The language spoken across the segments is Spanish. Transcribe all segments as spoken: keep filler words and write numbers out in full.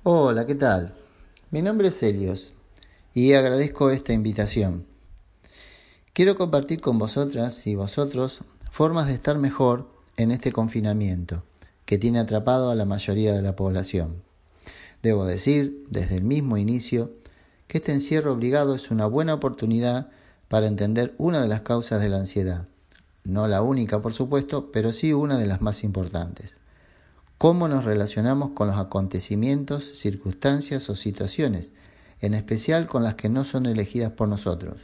Hola, ¿qué tal? Mi nombre es Helios y agradezco esta invitación. Quiero compartir con vosotras y vosotros formas de estar mejor en este confinamiento que tiene atrapado a la mayoría de la población. Debo decir, desde el mismo inicio, que este encierro obligado es una buena oportunidad para entender una de las causas de la ansiedad. No la única, por supuesto, pero sí una de las más importantes. Cómo nos relacionamos con los acontecimientos, circunstancias o situaciones, en especial con las que no son elegidas por nosotros.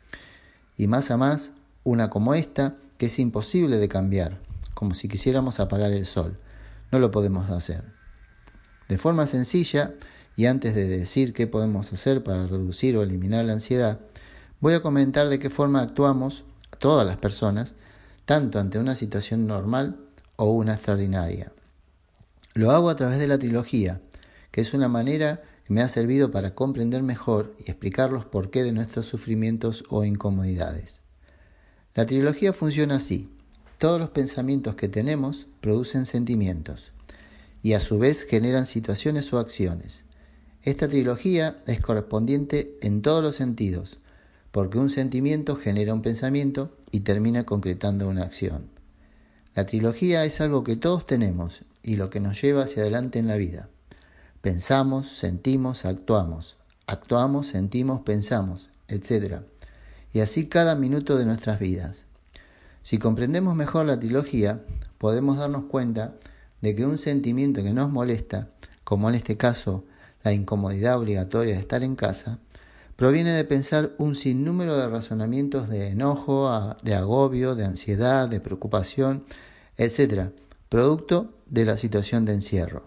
Y más a más, una como esta, que es imposible de cambiar, como si quisiéramos apagar el sol. No lo podemos hacer. De forma sencilla, y antes de decir qué podemos hacer para reducir o eliminar la ansiedad, voy a comentar de qué forma actuamos todas las personas, tanto ante una situación normal o una extraordinaria. Lo hago a través de la trilogía, que es una manera que me ha servido para comprender mejor y explicar los porqué de nuestros sufrimientos o incomodidades. La trilogía funciona así. Todos los pensamientos que tenemos producen sentimientos y a su vez generan situaciones o acciones. Esta trilogía es correspondiente en todos los sentidos, porque un sentimiento genera un pensamiento y termina concretando una acción. La trilogía es algo que todos tenemos y lo que nos lleva hacia adelante en la vida. Pensamos, sentimos, actuamos. Actuamos, sentimos, pensamos, etcétera. Y así cada minuto de nuestras vidas. Si comprendemos mejor la trilogía, podemos darnos cuenta de que un sentimiento que nos molesta, como en este caso la incomodidad obligatoria de estar en casa, proviene de pensar un sinnúmero de razonamientos de enojo, de agobio, de ansiedad, de preocupación, etcétera, producto de la situación de encierro.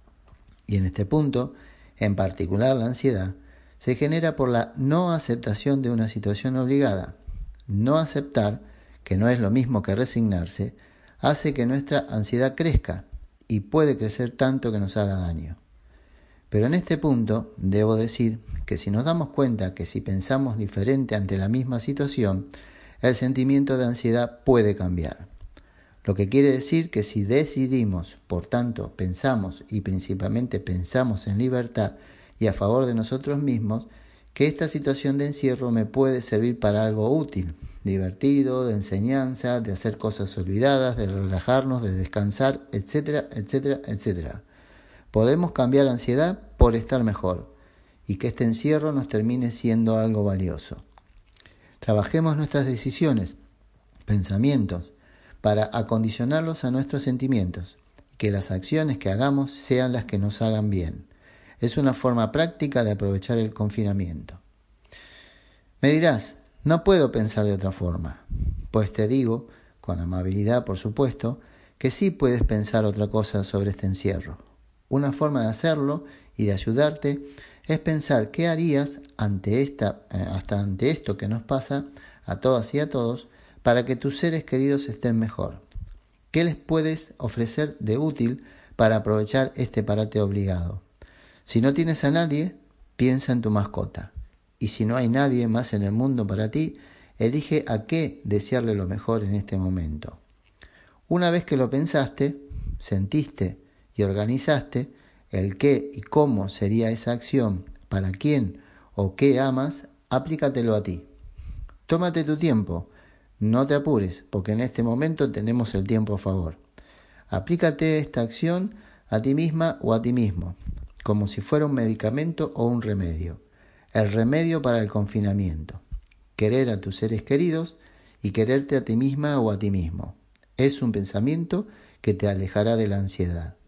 Y en este punto, en particular la ansiedad, se genera por la no aceptación de una situación obligada. No aceptar, que no es lo mismo que resignarse, hace que nuestra ansiedad crezca y puede crecer tanto que nos haga daño. Pero en este punto, debo decir que si nos damos cuenta que si pensamos diferente ante la misma situación, el sentimiento de ansiedad puede cambiar. Lo que quiere decir que si decidimos, por tanto, pensamos y principalmente pensamos en libertad y a favor de nosotros mismos, que esta situación de encierro me puede servir para algo útil, divertido, de enseñanza, de hacer cosas olvidadas, de relajarnos, de descansar, etcétera, etcétera, etcétera. Podemos cambiar la ansiedad por estar mejor y que este encierro nos termine siendo algo valioso. Trabajemos nuestras decisiones, pensamientos, para acondicionarlos a nuestros sentimientos y que las acciones que hagamos sean las que nos hagan bien. Es una forma práctica de aprovechar el confinamiento. Me dirás, no puedo pensar de otra forma. Pues te digo, con amabilidad por supuesto, que sí puedes pensar otra cosa sobre este encierro. Una forma de hacerlo y de ayudarte es pensar qué harías ante esta, eh, hasta ante esto que nos pasa a todas y a todos para que tus seres queridos estén mejor. ¿Qué les puedes ofrecer de útil para aprovechar este parate obligado? Si no tienes a nadie, piensa en tu mascota. Y si no hay nadie más en el mundo para ti, elige a qué desearle lo mejor en este momento. Una vez que lo pensaste, sentiste y organizaste el qué y cómo sería esa acción, para quién o qué amas, aplícatelo a ti. Tómate tu tiempo, no te apures, porque en este momento tenemos el tiempo a favor. Aplícate esta acción a ti misma o a ti mismo, como si fuera un medicamento o un remedio. El remedio para el confinamiento. Querer a tus seres queridos y quererte a ti misma o a ti mismo. Es un pensamiento que te alejará de la ansiedad.